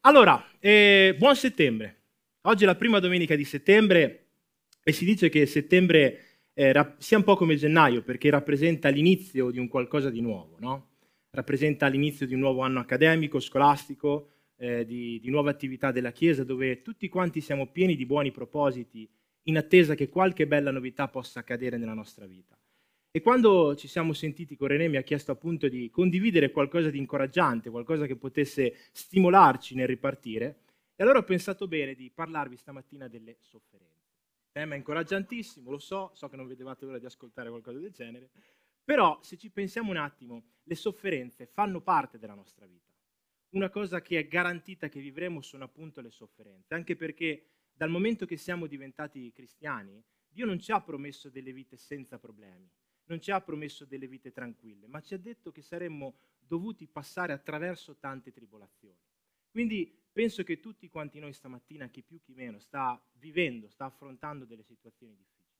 Allora, buon settembre. Oggi è la prima domenica di settembre e si dice che settembre sia un po' come gennaio perché rappresenta l'inizio di un qualcosa di nuovo, no? Rappresenta l'inizio di un nuovo anno accademico, scolastico, di nuove attività della Chiesa dove tutti quanti siamo pieni di buoni propositi in attesa che qualche bella novità possa accadere nella nostra vita. E quando ci siamo sentiti con René mi ha chiesto appunto di condividere qualcosa di incoraggiante, qualcosa che potesse stimolarci nel ripartire, e allora ho pensato bene di parlarvi stamattina delle sofferenze. Tema incoraggiantissimo, lo so che non vedevate l'ora di ascoltare qualcosa del genere, però se ci pensiamo un attimo, le sofferenze fanno parte della nostra vita. Una cosa che è garantita che vivremo sono appunto le sofferenze, anche perché dal momento che siamo diventati cristiani, Dio non ci ha promesso delle vite senza problemi, non ci ha promesso delle vite tranquille, ma ci ha detto che saremmo dovuti passare attraverso tante tribolazioni. Quindi penso che tutti quanti noi stamattina, chi più chi meno, sta vivendo, sta affrontando delle situazioni difficili.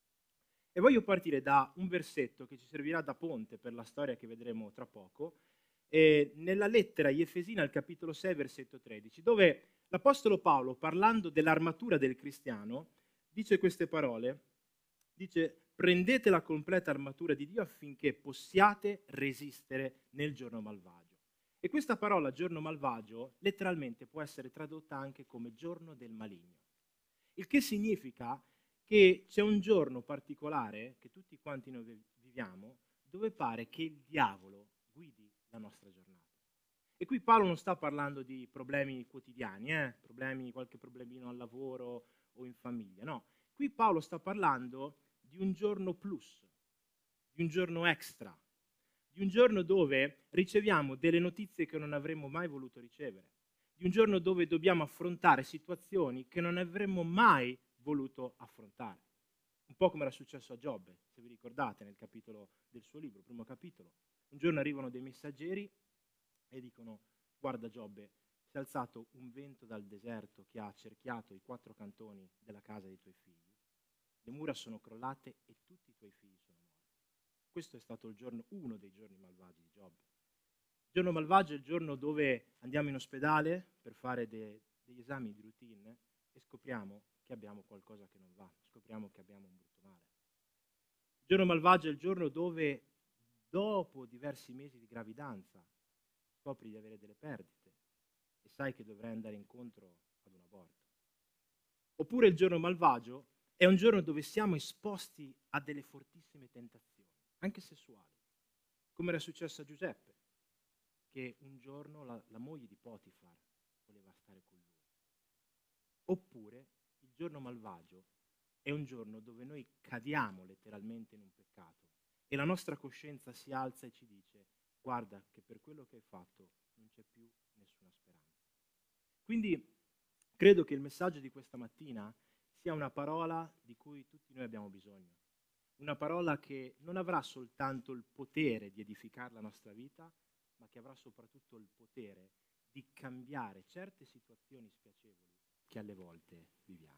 E voglio partire da un versetto che ci servirà da ponte per la storia che vedremo tra poco, nella lettera agli Efesini al capitolo 6, versetto 13, dove l'Apostolo Paolo, parlando dell'armatura del cristiano, dice queste parole, dice: prendete la completa armatura di Dio affinché possiate resistere nel giorno malvagio. E questa parola, giorno malvagio, letteralmente può essere tradotta anche come giorno del maligno. Il che significa che c'è un giorno particolare che tutti quanti noi viviamo dove pare che il diavolo guidi la nostra giornata. E qui Paolo non sta parlando di problemi quotidiani, qualche problemino al lavoro o in famiglia, no. Qui Paolo sta parlando di un giorno plus, di un giorno extra, di un giorno dove riceviamo delle notizie che non avremmo mai voluto ricevere, di un giorno dove dobbiamo affrontare situazioni che non avremmo mai voluto affrontare. Un po' come era successo a Giobbe, se vi ricordate, nel capitolo del suo libro, primo capitolo. Un giorno arrivano dei messaggeri e dicono: guarda Giobbe, si è alzato un vento dal deserto che ha cerchiato i 4 cantoni della casa dei tuoi figli. Le mura sono crollate e tutti i tuoi figli sono morti. Questo è stato il giorno, uno dei giorni malvagi di Giobbe. Il giorno malvagio è il giorno dove andiamo in ospedale per fare degli esami di routine e scopriamo che abbiamo qualcosa che non va, scopriamo che abbiamo un brutto male. Il giorno malvagio è il giorno dove, dopo diversi mesi di gravidanza, scopri di avere delle perdite e sai che dovrai andare incontro ad un aborto. Oppure il giorno malvagio è un giorno dove siamo esposti a delle fortissime tentazioni, anche sessuali, come era successo a Giuseppe, che un giorno la moglie di Potifar voleva stare con lui. Oppure il giorno malvagio è un giorno dove noi cadiamo letteralmente in un peccato e la nostra coscienza si alza e ci dice: guarda che per quello che hai fatto non c'è più nessuna speranza. Quindi credo che il messaggio di questa mattina sia una parola di cui tutti noi abbiamo bisogno. Una parola che non avrà soltanto il potere di edificare la nostra vita, ma che avrà soprattutto il potere di cambiare certe situazioni spiacevoli che alle volte viviamo.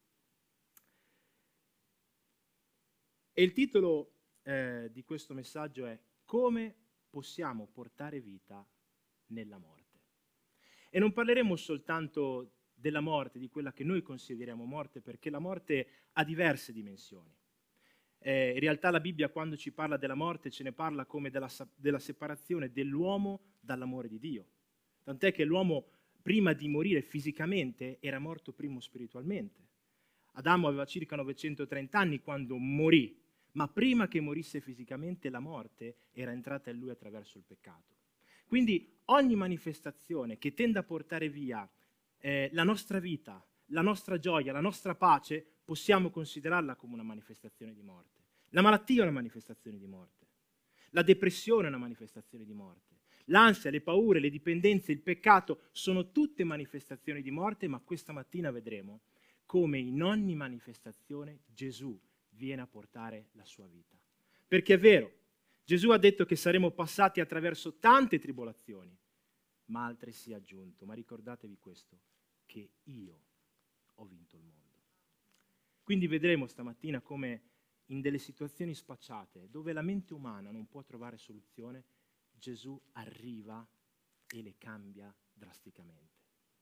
E il titolo di questo messaggio è: come possiamo portare vita nella morte. E non parleremo soltanto della morte, di quella che noi consideriamo morte, perché la morte ha diverse dimensioni. In realtà la Bibbia, quando ci parla della morte, ce ne parla come della separazione dell'uomo dall'amore di Dio. Tant'è che l'uomo, prima di morire fisicamente, era morto primo spiritualmente. Adamo aveva circa 930 anni quando morì, ma prima che morisse fisicamente la morte era entrata in lui attraverso il peccato. Quindi ogni manifestazione che tende a portare via la nostra vita, la nostra gioia, la nostra pace, possiamo considerarla come una manifestazione di morte. La malattia è una manifestazione di morte. La depressione è una manifestazione di morte. L'ansia, le paure, le dipendenze, il peccato sono tutte manifestazioni di morte, ma questa mattina vedremo come in ogni manifestazione Gesù viene a portare la sua vita. Perché è vero, Gesù ha detto che saremo passati attraverso tante tribolazioni, ma altresì aggiunto, ma ricordatevi questo, che io ho vinto il mondo. Quindi vedremo stamattina come in delle situazioni spacciate, dove la mente umana non può trovare soluzione, Gesù arriva e le cambia drasticamente.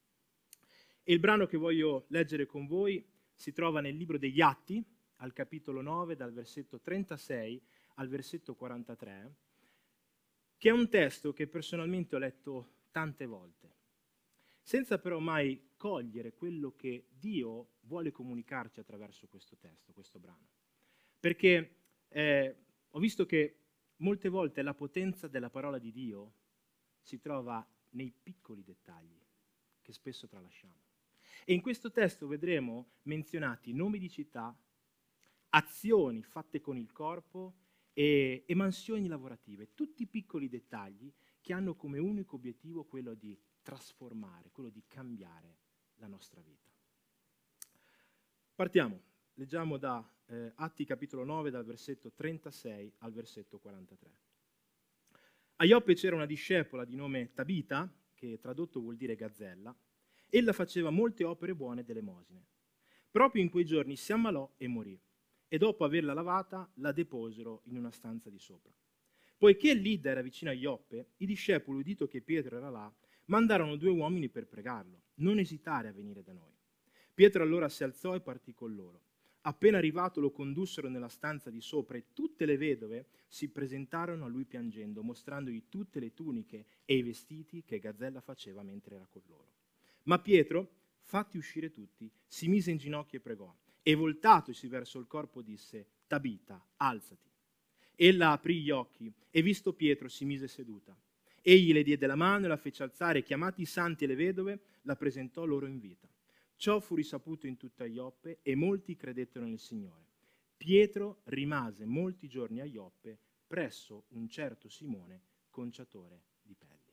E il brano che voglio leggere con voi si trova nel libro degli Atti, al capitolo 9, dal versetto 36 al versetto 43, che è un testo che personalmente ho letto tante volte, senza però mai cogliere quello che Dio vuole comunicarci attraverso questo testo, questo brano. Perché ho visto che molte volte la potenza della parola di Dio si trova nei piccoli dettagli che spesso tralasciamo. E in questo testo vedremo menzionati nomi di città, azioni fatte con il corpo e mansioni lavorative, tutti piccoli dettagli che hanno come unico obiettivo quello di trasformare, quello di cambiare la nostra vita. Partiamo, leggiamo da Atti capitolo 9, dal versetto 36 al versetto 43. A Ioppe c'era una discepola di nome Tabita, che tradotto vuol dire gazzella. Ella faceva molte opere buone d'elemosine. Proprio in quei giorni si ammalò e morì, e dopo averla lavata la deposero in una stanza di sopra. Poiché Lidda era vicino a Ioppe, i discepoli, udito che Pietro era là, mandarono 2 uomini per pregarlo: non esitare a venire da noi. Pietro allora si alzò e partì con loro. Appena arrivato lo condussero nella stanza di sopra e tutte le vedove si presentarono a lui piangendo, mostrandogli tutte le tuniche e i vestiti che Gazzella faceva mentre era con loro. Ma Pietro, fatti uscire tutti, si mise in ginocchio e pregò, e voltatosi verso il corpo disse: Tabita, alzati. Ella aprì gli occhi e visto Pietro si mise seduta. Egli le diede la mano e la fece alzare, e chiamati i santi e le vedove la presentò loro in vita. Ciò fu risaputo in tutta Ioppe e molti credettero nel Signore. Pietro rimase molti giorni a Ioppe presso un certo Simone, conciatore di pelli.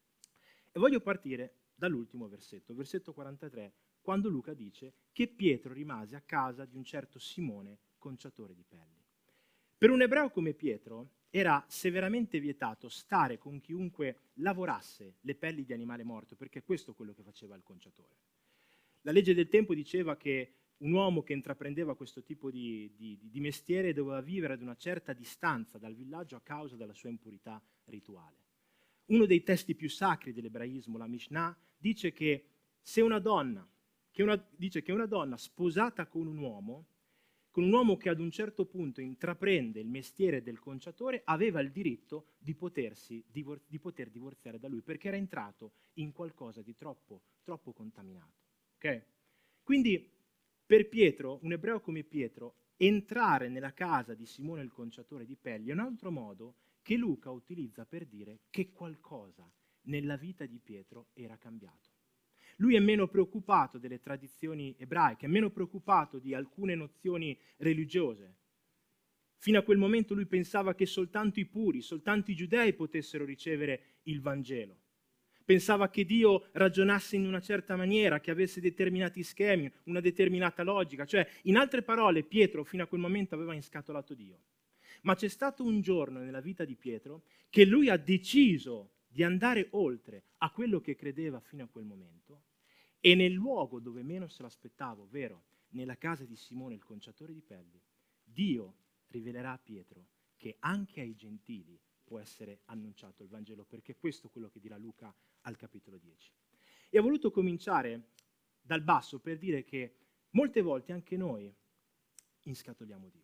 E voglio partire dall'ultimo versetto, versetto 43, quando Luca dice che Pietro rimase a casa di un certo Simone, conciatore di pelli. Per un ebreo come Pietro era severamente vietato stare con chiunque lavorasse le pelli di animale morto, perché questo è quello che faceva il conciatore. La legge del tempo diceva che un uomo che intraprendeva questo tipo di mestiere doveva vivere ad una certa distanza dal villaggio a causa della sua impurità rituale. Uno dei testi più sacri dell'ebraismo, la Mishnah, dice che se una donna, dice che una donna sposata con un uomo che ad un certo punto intraprende il mestiere del conciatore, aveva il diritto di poter divorziare da lui, perché era entrato in qualcosa di troppo contaminato. Okay? Quindi per Pietro, un ebreo come Pietro, entrare nella casa di Simone il conciatore di pelli è un altro modo che Luca utilizza per dire che qualcosa nella vita di Pietro era cambiato. Lui è meno preoccupato delle tradizioni ebraiche, è meno preoccupato di alcune nozioni religiose. Fino a quel momento lui pensava che soltanto i puri, soltanto i giudei potessero ricevere il Vangelo. Pensava che Dio ragionasse in una certa maniera, che avesse determinati schemi, una determinata logica. Cioè, in altre parole, Pietro fino a quel momento aveva inscatolato Dio. Ma c'è stato un giorno nella vita di Pietro che lui ha deciso di andare oltre a quello che credeva fino a quel momento, e nel luogo dove meno se l'aspettava, ovvero nella casa di Simone il conciatore di pelli, Dio rivelerà a Pietro che anche ai gentili può essere annunciato il Vangelo, perché questo è quello che dirà Luca al capitolo 10. E ho voluto cominciare dal basso per dire che molte volte anche noi inscatoliamo Dio.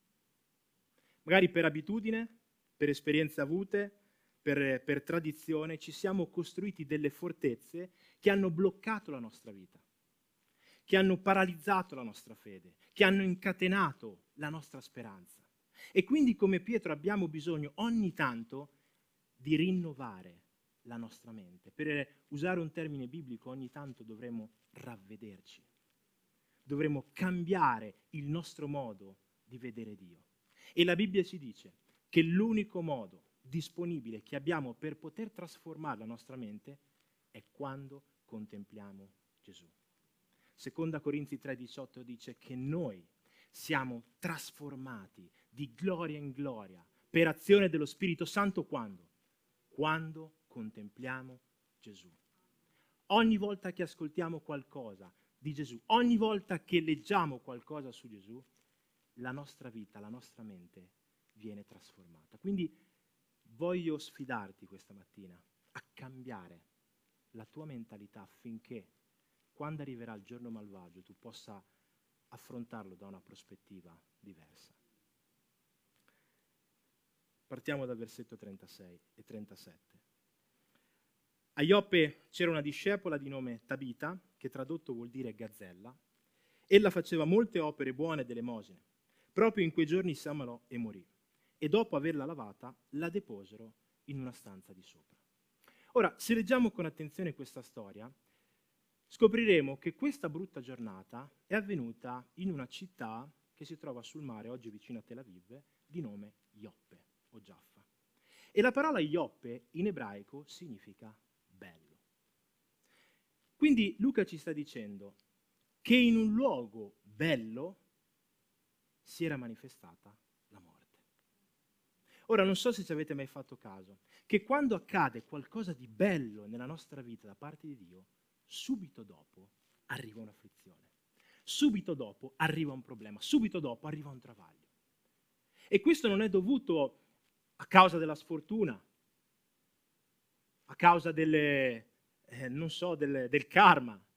Magari per abitudine, per esperienze avute, per tradizione, ci siamo costruiti delle fortezze che hanno bloccato la nostra vita, che hanno paralizzato la nostra fede, che hanno incatenato la nostra speranza. E quindi come Pietro abbiamo bisogno ogni tanto di rinnovare la nostra mente. Per usare un termine biblico, ogni tanto dovremo ravvederci, dovremo cambiare il nostro modo di vedere Dio. E la Bibbia ci dice che l'unico modo disponibile che abbiamo per poter trasformare la nostra mente è quando contempliamo Gesù. Seconda Corinzi 3,18 dice che noi siamo trasformati di gloria in gloria per azione dello Spirito Santo quando? Quando contempliamo Gesù. Ogni volta che ascoltiamo qualcosa di Gesù, ogni volta che leggiamo qualcosa su Gesù, la nostra vita, la nostra mente viene trasformata. Quindi voglio sfidarti questa mattina a cambiare la tua mentalità affinché quando arriverà il giorno malvagio tu possa affrontarlo da una prospettiva diversa. Partiamo dal versetto 36 e 37. A Ioppe c'era una discepola di nome Tabita, che tradotto vuol dire gazzella. Ella faceva molte opere buone ed elemosine. Proprio in quei giorni si ammalò e morì. E dopo averla lavata, la deposero in una stanza di sopra. Ora, se leggiamo con attenzione questa storia, scopriremo che questa brutta giornata è avvenuta in una città che si trova sul mare, oggi vicino a Tel Aviv, di nome Ioppe o Giaffa. E la parola Ioppe in ebraico significa bello. Quindi Luca ci sta dicendo che in un luogo bello si era manifestata la morte. Ora, non so se ci avete mai fatto caso, che quando accade qualcosa di bello nella nostra vita da parte di Dio, subito dopo arriva un'afflizione, subito dopo arriva un problema, subito dopo arriva un travaglio. E questo non è dovuto a causa della sfortuna, a causa del karma,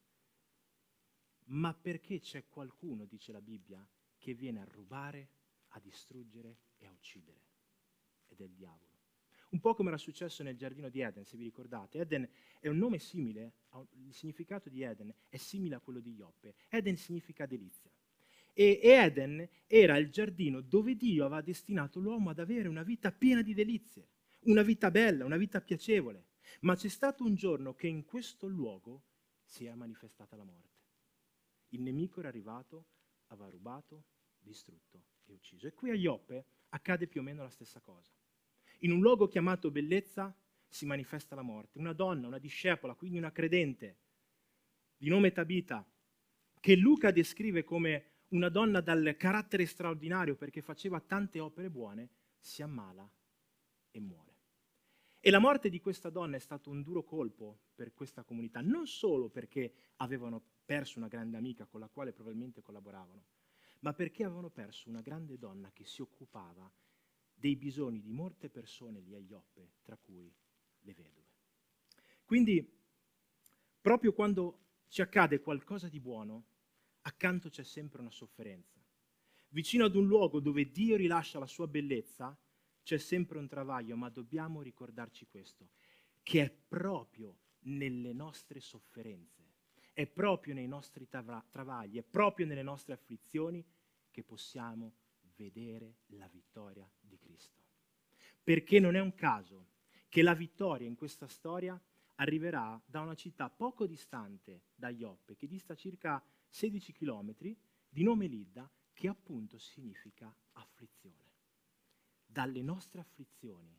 ma perché c'è qualcuno, dice la Bibbia, che viene a rubare, a distruggere e a uccidere. Ed è il diavolo. Un po' come era successo nel giardino di Eden, se vi ricordate. Eden è un nome simile, il significato di Eden è simile a quello di Ioppe. Eden significa delizia. E Eden era il giardino dove Dio aveva destinato l'uomo ad avere una vita piena di delizie, una vita bella, una vita piacevole. Ma c'è stato un giorno che in questo luogo si è manifestata la morte. Il nemico era arrivato, aveva rubato, distrutto e ucciso. E qui a Ioppe accade più o meno la stessa cosa. In un luogo chiamato bellezza si manifesta la morte. Una donna, una discepola, quindi una credente, di nome Tabita, che Luca descrive come una donna dal carattere straordinario perché faceva tante opere buone, si ammala e muore. E la morte di questa donna è stato un duro colpo per questa comunità, non solo perché avevano perso una grande amica con la quale probabilmente collaboravano, ma perché avevano perso una grande donna che si occupava dei bisogni di molte persone lì a Ioppe, tra cui le vedove. Quindi, proprio quando ci accade qualcosa di buono, accanto c'è sempre una sofferenza. Vicino ad un luogo dove Dio rilascia la sua bellezza, c'è sempre un travaglio, ma dobbiamo ricordarci questo, che è proprio nelle nostre sofferenze, è proprio nei nostri travagli, è proprio nelle nostre afflizioni che possiamo vedere la vittoria di Cristo. Perché non è un caso che la vittoria in questa storia arriverà da una città poco distante da Ioppe, che dista circa 16 chilometri, di nome Lidda, che appunto significa afflizione. Dalle nostre afflizioni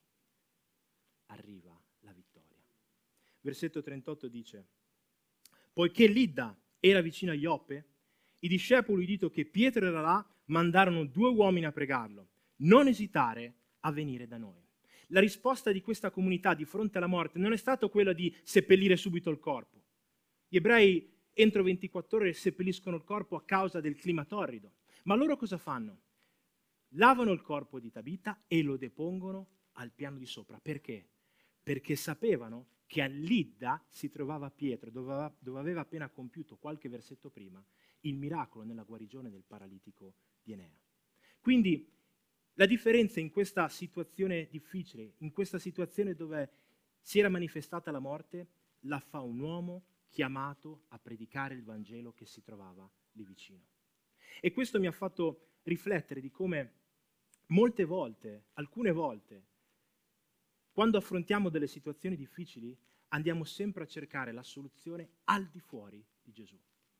arriva la vittoria. Versetto 38 dice: poiché Lidda era vicino a Ioppe, i discepoli, udito che Pietro era là, mandarono 2 uomini a pregarlo: non esitare a venire da noi. La risposta di questa comunità di fronte alla morte non è stata quella di seppellire subito il corpo. Gli ebrei entro 24 ore seppelliscono il corpo a causa del clima torrido. Ma loro cosa fanno? Lavano il corpo di Tabita e lo depongono al piano di sopra. Perché? Perché sapevano che a Lidda si trovava Pietro, dove aveva appena compiuto qualche versetto prima il miracolo nella guarigione del paralitico di Enea. Quindi la differenza in questa situazione difficile, in questa situazione dove si era manifestata la morte, la fa un uomo chiamato a predicare il Vangelo che si trovava lì vicino. E questo mi ha fatto riflettere di come molte volte, alcune volte, quando affrontiamo delle situazioni difficili, andiamo sempre a cercare la soluzione al di fuori di Gesù.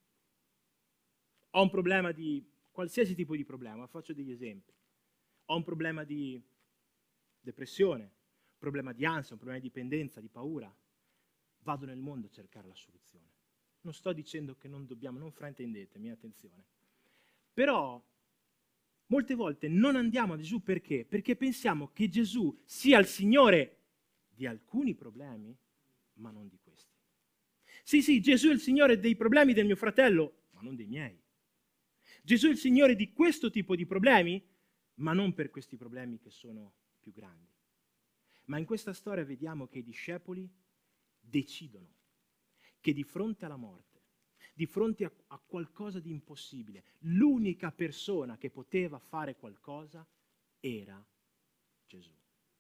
Ho un problema di qualsiasi tipo di problema, faccio degli esempi. Ho un problema di depressione, un problema di ansia, un problema di dipendenza, di paura. Vado nel mondo a cercare la soluzione. Non sto dicendo che non dobbiamo, non fraintendetemi, attenzione. Però molte volte non andiamo a Gesù perché? Perché pensiamo che Gesù sia il Signore di alcuni problemi, ma non di questi. Sì, Gesù è il Signore dei problemi del mio fratello, ma non dei miei. Gesù è il Signore di questo tipo di problemi, ma non per questi problemi che sono più grandi. Ma in questa storia vediamo che i discepoli decidono che di fronte alla morte, di fronte a qualcosa di impossibile. L'unica persona che poteva fare qualcosa era Gesù.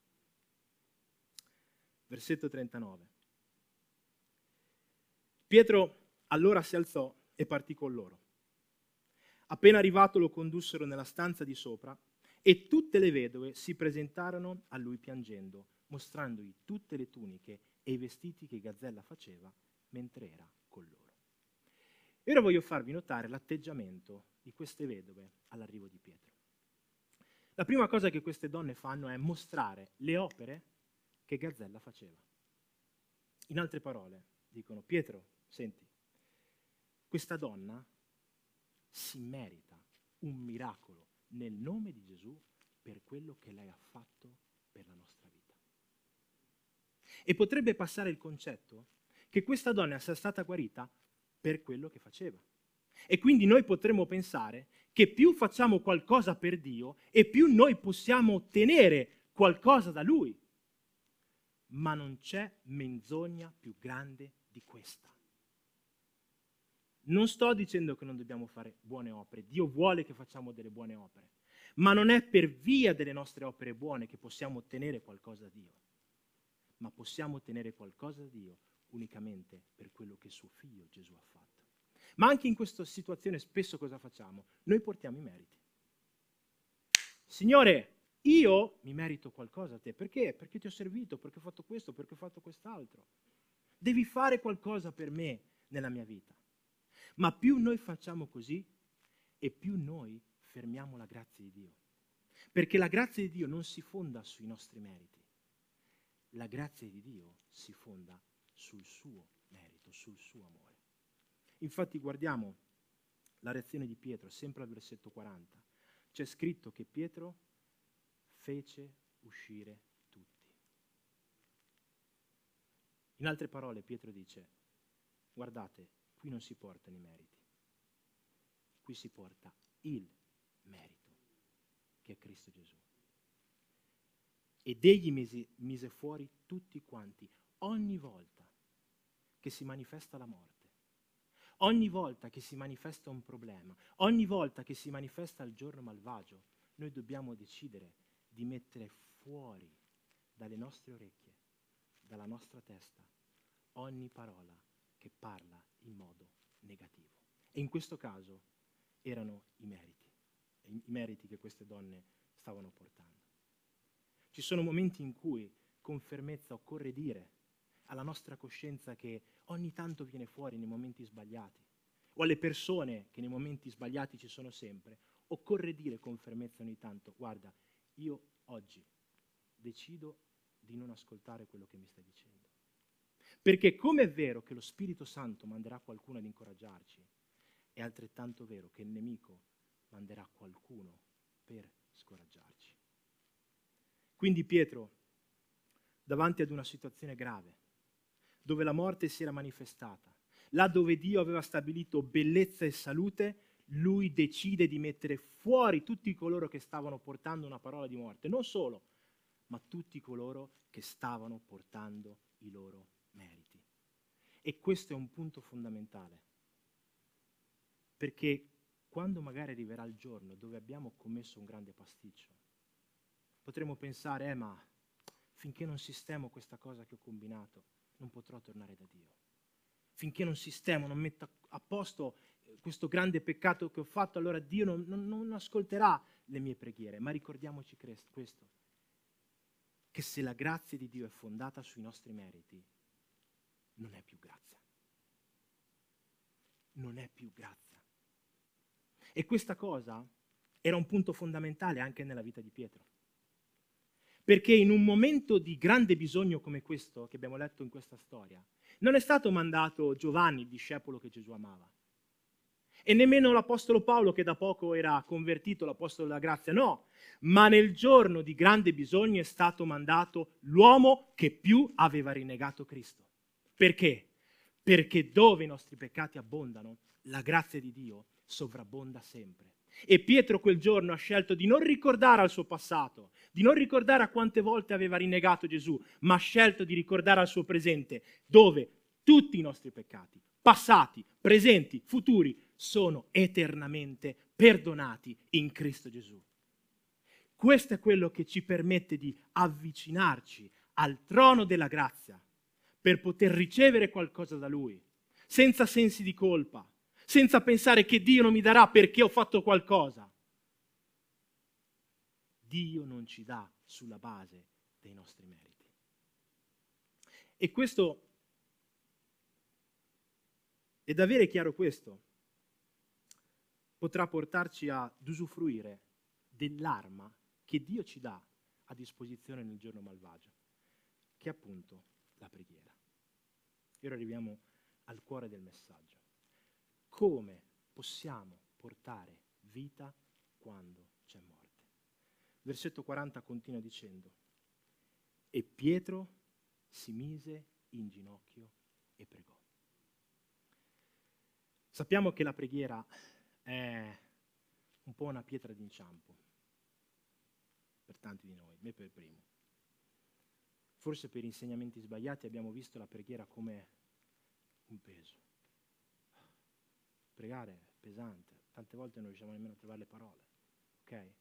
Versetto 39. Pietro allora si alzò e partì con loro. Appena arrivato lo condussero nella stanza di sopra e tutte le vedove si presentarono a lui piangendo, mostrandogli tutte le tuniche e i vestiti che Gazzella faceva mentre era con loro. E ora voglio farvi notare l'atteggiamento di queste vedove all'arrivo di Pietro. La prima cosa che queste donne fanno è mostrare le opere che Gazzella faceva. In altre parole, dicono: Pietro, senti, questa donna si merita un miracolo nel nome di Gesù per quello che lei ha fatto per la nostra vita. E potrebbe passare il concetto che questa donna sia stata guarita per quello che faceva. E quindi noi potremmo pensare che più facciamo qualcosa per Dio e più noi possiamo ottenere qualcosa da Lui. Ma non c'è menzogna più grande di questa. Non sto dicendo che non dobbiamo fare buone opere, Dio vuole che facciamo delle buone opere, ma non è per via delle nostre opere buone che possiamo ottenere qualcosa da Dio, ma possiamo ottenere qualcosa da Dio unicamente per quello che suo figlio Gesù ha fatto. Ma anche in questa situazione spesso cosa facciamo? Noi portiamo i meriti. Signore, io mi merito qualcosa a te. Perché? Perché ti ho servito, perché ho fatto questo, perché ho fatto quest'altro. Devi fare qualcosa per me nella mia vita. Ma più noi facciamo così e più noi fermiamo la grazia di Dio. Perché la grazia di Dio non si fonda sui nostri meriti. La grazia di Dio si fonda sul suo merito, sul suo amore. Infatti guardiamo la reazione di Pietro, sempre al versetto 40. C'è scritto che Pietro fece uscire tutti. In altre parole Pietro dice: guardate, qui non si portano i meriti, qui si porta il merito, che è Cristo Gesù. Ed egli mise fuori tutti quanti, ogni volta che si manifesta la morte, ogni volta che si manifesta un problema, ogni volta che si manifesta il giorno malvagio, noi dobbiamo decidere di mettere fuori dalle nostre orecchie, dalla nostra testa, ogni parola che parla in modo negativo. E in questo caso erano i meriti che queste donne stavano portando. Ci sono momenti in cui con fermezza occorre dire alla nostra coscienza che ogni tanto viene fuori nei momenti sbagliati, o alle persone che nei momenti sbagliati ci sono sempre, occorre dire con fermezza ogni tanto: guarda, io oggi decido di non ascoltare quello che mi stai dicendo. Perché come è vero che lo Spirito Santo manderà qualcuno ad incoraggiarci, è altrettanto vero che il nemico manderà qualcuno per scoraggiarci. Quindi Pietro, davanti ad una situazione grave, dove la morte si era manifestata, là dove Dio aveva stabilito bellezza e salute, lui decide di mettere fuori tutti coloro che stavano portando una parola di morte. Non solo, ma tutti coloro che stavano portando i loro meriti. E questo è un punto fondamentale, perché quando magari arriverà il giorno dove abbiamo commesso un grande pasticcio, potremo pensare: ma finché non sistemo questa cosa che ho combinato, non potrò tornare da Dio. Finché non sistemo, non metto a posto questo grande peccato che ho fatto, allora Dio non ascolterà le mie preghiere. Ma ricordiamoci questo, che se la grazia di Dio è fondata sui nostri meriti, non è più grazia. Non è più grazia. E questa cosa era un punto fondamentale anche nella vita di Pietro. Perché in un momento di grande bisogno come questo, che abbiamo letto in questa storia, non è stato mandato Giovanni, il discepolo che Gesù amava, e nemmeno l'Apostolo Paolo, che da poco era convertito, l'Apostolo della grazia, no, ma nel giorno di grande bisogno è stato mandato l'uomo che più aveva rinnegato Cristo. Perché? Perché dove i nostri peccati abbondano, la grazia di Dio sovrabbonda sempre. E Pietro quel giorno ha scelto di non ricordare al suo passato, di non ricordare a quante volte aveva rinnegato Gesù, ma ha scelto di ricordare al suo presente, dove tutti i nostri peccati, passati, presenti, futuri, sono eternamente perdonati in Cristo Gesù. Questo è quello che ci permette di avvicinarci al trono della grazia per poter ricevere qualcosa da Lui, senza sensi di colpa, senza pensare che Dio non mi darà perché ho fatto qualcosa. Dio non ci dà sulla base dei nostri meriti. E questo, ed avere chiaro questo, potrà portarci ad usufruire dell'arma che Dio ci dà a disposizione nel giorno malvagio, che è appunto la preghiera. E ora arriviamo al cuore del messaggio. Come possiamo portare vita quando c'è morte? Versetto 40 continua dicendo: e Pietro si mise in ginocchio e pregò. Sappiamo che la preghiera è un po' una pietra d'inciampo per tanti di noi, me per primo. Forse per insegnamenti sbagliati abbiamo visto la preghiera come un peso. Pregare è pesante, tante volte non riusciamo nemmeno a trovare le parole, ok?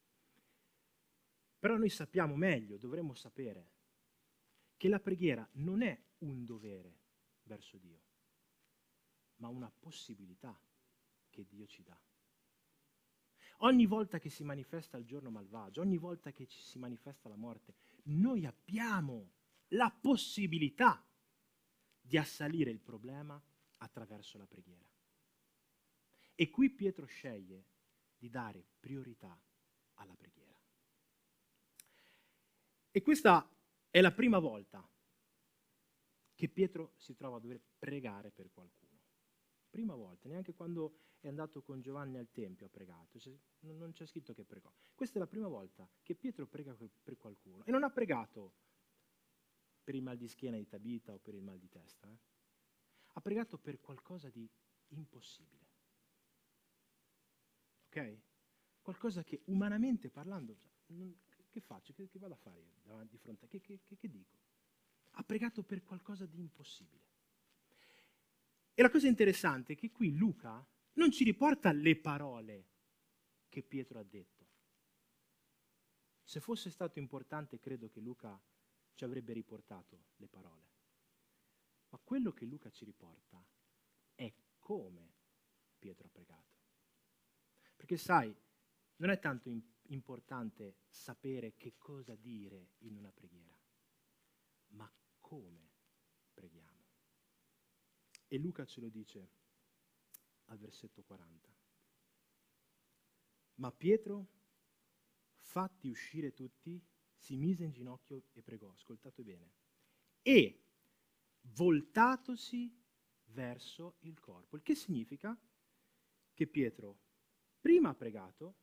Però noi sappiamo meglio, dovremmo sapere, che la preghiera non è un dovere verso Dio, ma una possibilità che Dio ci dà. Ogni volta che si manifesta il giorno malvagio, ogni volta che ci si manifesta la morte, noi abbiamo la possibilità di assalire il problema attraverso la preghiera. E qui Pietro sceglie di dare priorità alla preghiera. E questa è la prima volta che Pietro si trova a dover pregare per qualcuno. Prima volta, neanche quando è andato con Giovanni al Tempio ha pregato, non c'è scritto che pregò. Questa è la prima volta che Pietro prega per qualcuno. E non ha pregato per il mal di schiena di Tabita o per il mal di testa. Ha pregato per qualcosa di impossibile. Ok? Qualcosa che umanamente parlando, che faccio? Che vado a fare davanti di fronte a che dico? Ha pregato per qualcosa di impossibile. E la cosa interessante è che qui Luca non ci riporta le parole che Pietro ha detto. Se fosse stato importante, credo che Luca ci avrebbe riportato le parole. Ma quello che Luca ci riporta è come Pietro ha pregato. Perché sai, non è tanto importante sapere che cosa dire in una preghiera, ma come preghiamo. E Luca ce lo dice al versetto 40. Ma Pietro, fatti uscire tutti, si mise in ginocchio e pregò, ascoltate bene, e voltatosi verso il corpo, il che significa che Pietro prima ha pregato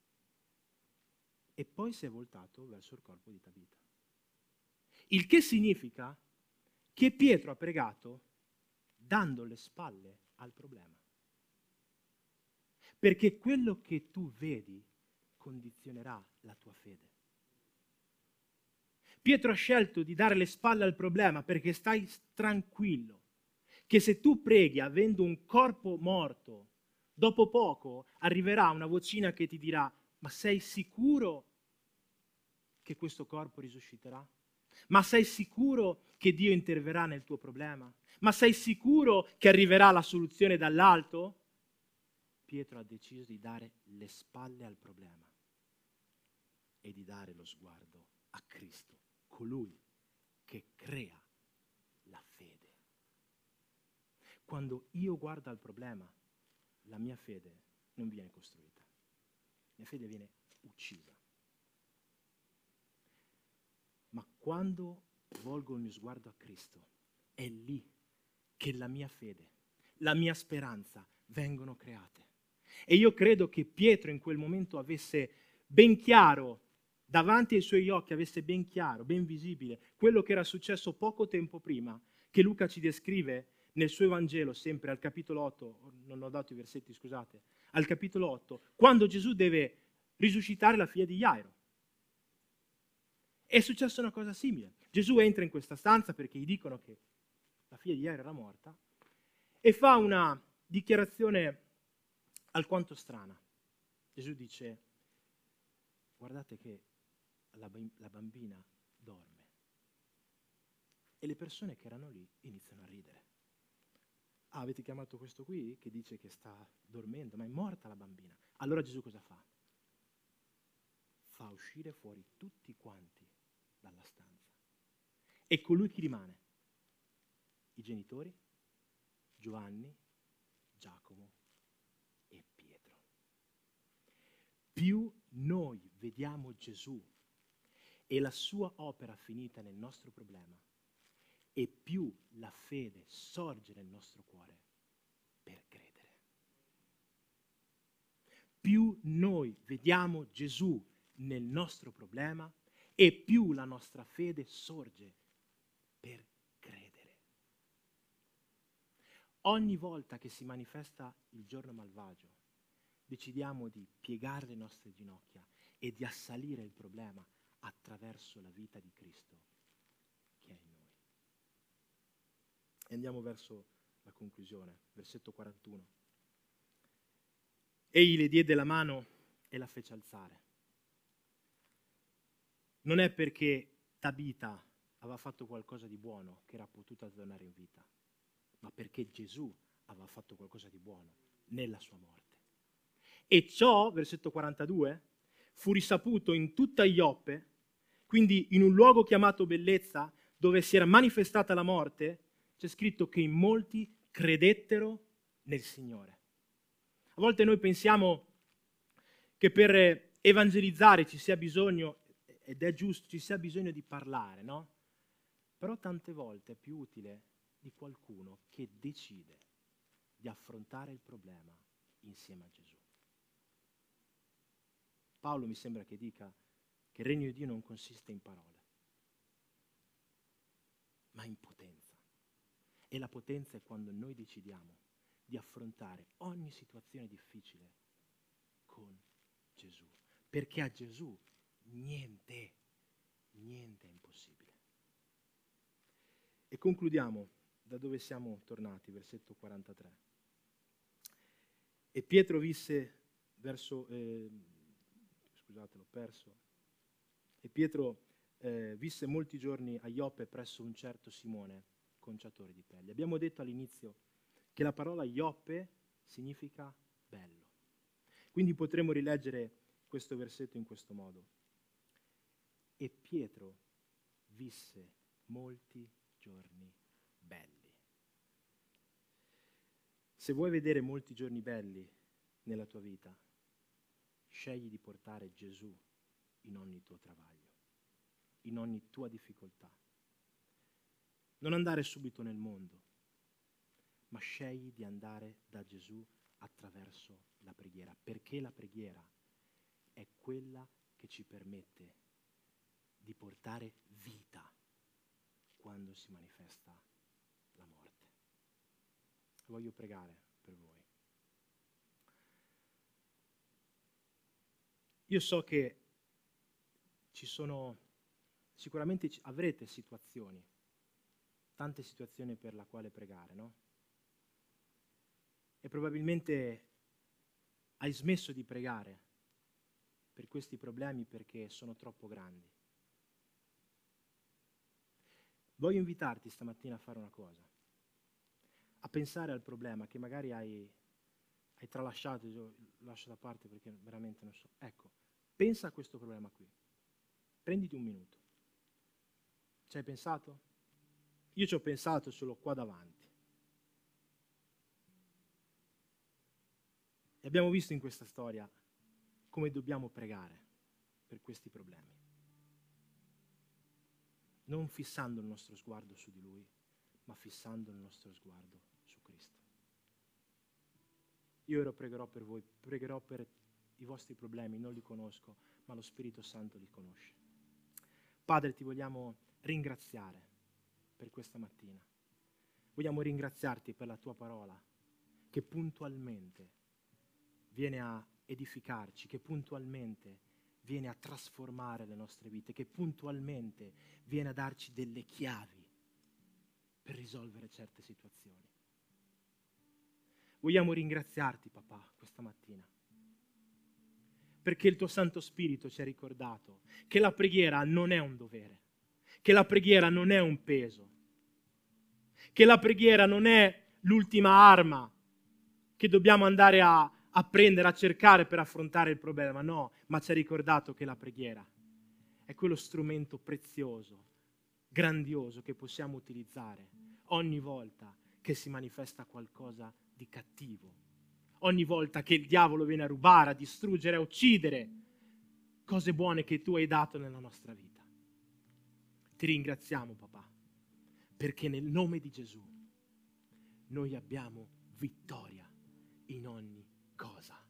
e poi si è voltato verso il corpo di Tabita. Il che significa che Pietro ha pregato dando le spalle al problema. Perché quello che tu vedi condizionerà la tua fede. Pietro ha scelto di dare le spalle al problema perché stai tranquillo che se tu preghi avendo un corpo morto, dopo poco arriverà una vocina che ti dirà: ma sei sicuro che questo corpo risusciterà? Ma sei sicuro che Dio interverrà nel tuo problema? Ma sei sicuro che arriverà la soluzione dall'alto? Pietro ha deciso di dare le spalle al problema e di dare lo sguardo a Cristo, colui che crea la fede. Quando io guardo al problema, la mia fede non viene costruita, la mia fede viene uccisa. Ma quando volgo il mio sguardo a Cristo, è lì che la mia fede, la mia speranza vengono create. E io credo che Pietro in quel momento avesse ben chiaro, davanti ai suoi occhi, avesse ben chiaro, ben visibile, quello che era successo poco tempo prima, che Luca ci descrive nel suo Evangelo, sempre al capitolo 8, non ho dato i versetti, scusate, al capitolo 8, quando Gesù deve risuscitare la figlia di Jairo. È successa una cosa simile. Gesù entra in questa stanza perché gli dicono che la figlia di Jairo era morta e fa una dichiarazione alquanto strana. Gesù dice: guardate che la bambina dorme. E le persone che erano lì iniziano a ridere. Ah, avete chiamato questo qui che dice che sta dormendo, ma è morta la bambina. Allora Gesù cosa fa? Fa uscire fuori tutti quanti dalla stanza. E colui chi rimane? I genitori, Giovanni, Giacomo e Pietro. Più noi vediamo Gesù e la sua opera finita nel nostro problema, e più la fede sorge nel nostro cuore per credere. Più noi vediamo Gesù nel nostro problema e più la nostra fede sorge per credere. Ogni volta che si manifesta il giorno malvagio, decidiamo di piegare le nostre ginocchia e di assalire il problema attraverso la vita di Cristo che è in noi. E andiamo verso la conclusione, versetto 41. Egli le diede la mano e la fece alzare. Non è perché Tabita aveva fatto qualcosa di buono che era potuta tornare in vita, ma perché Gesù aveva fatto qualcosa di buono nella sua morte. E ciò, versetto 42, fu risaputo in tutta Ioppe, quindi in un luogo chiamato Bellezza, dove si era manifestata la morte. C'è scritto che in molti credettero nel Signore. A volte noi pensiamo che per evangelizzare ci sia bisogno, ed è giusto, ci sia bisogno di parlare, no? Però tante volte è più utile di qualcuno che decide di affrontare il problema insieme a Gesù. Paolo mi sembra che dica che il regno di Dio non consiste in parole, ma in potenza. E la potenza è quando noi decidiamo di affrontare ogni situazione difficile con Gesù. Perché a Gesù niente è impossibile. E concludiamo da dove siamo tornati, versetto 43. E Pietro visse E Pietro visse molti giorni a Ioppe presso un certo Simone, conciatore di pelli. Abbiamo detto all'inizio che la parola Ioppe significa bello. Quindi potremmo rileggere questo versetto in questo modo. E Pietro visse molti giorni belli. Se vuoi vedere molti giorni belli nella tua vita, scegli di portare Gesù in ogni tuo travaglio, in ogni tua difficoltà. Non andare subito nel mondo, ma scegli di andare da Gesù attraverso la preghiera, perché la preghiera è quella che ci permette di portare vita quando si manifesta la morte. Voglio pregare per voi. Io so che sicuramente avrete situazioni, tante situazioni per la quale pregare, no? E probabilmente hai smesso di pregare per questi problemi perché sono troppo grandi. Voglio invitarti stamattina a fare una cosa, a pensare al problema che magari hai tralasciato, io lo lascio da parte perché veramente non so. Ecco, pensa a questo problema qui. Prenditi un minuto. Ci hai pensato? Io ci ho pensato solo qua davanti. E abbiamo visto in questa storia come dobbiamo pregare per questi problemi. Non fissando il nostro sguardo su di Lui, ma fissando il nostro sguardo su Cristo. Io ora pregherò per voi, pregherò per i vostri problemi, non li conosco, ma lo Spirito Santo li conosce. Padre, ti vogliamo ringraziare per questa mattina. Vogliamo ringraziarti per la tua parola, che puntualmente viene a edificarci, che puntualmente viene a trasformare le nostre vite, che puntualmente viene a darci delle chiavi per risolvere certe situazioni. Vogliamo ringraziarti, papà, questa mattina, perché il tuo Santo Spirito ci ha ricordato che la preghiera non è un dovere, che la preghiera non è un peso, che la preghiera non è l'ultima arma che dobbiamo andare a prendere, a cercare per affrontare il problema, no, ma ci ha ricordato che la preghiera è quello strumento prezioso, grandioso che possiamo utilizzare ogni volta che si manifesta qualcosa di cattivo, ogni volta che il diavolo viene a rubare, a distruggere, a uccidere cose buone che tu hai dato nella nostra vita. Ti ringraziamo, papà, perché nel nome di Gesù noi abbiamo vittoria in ogni cosa.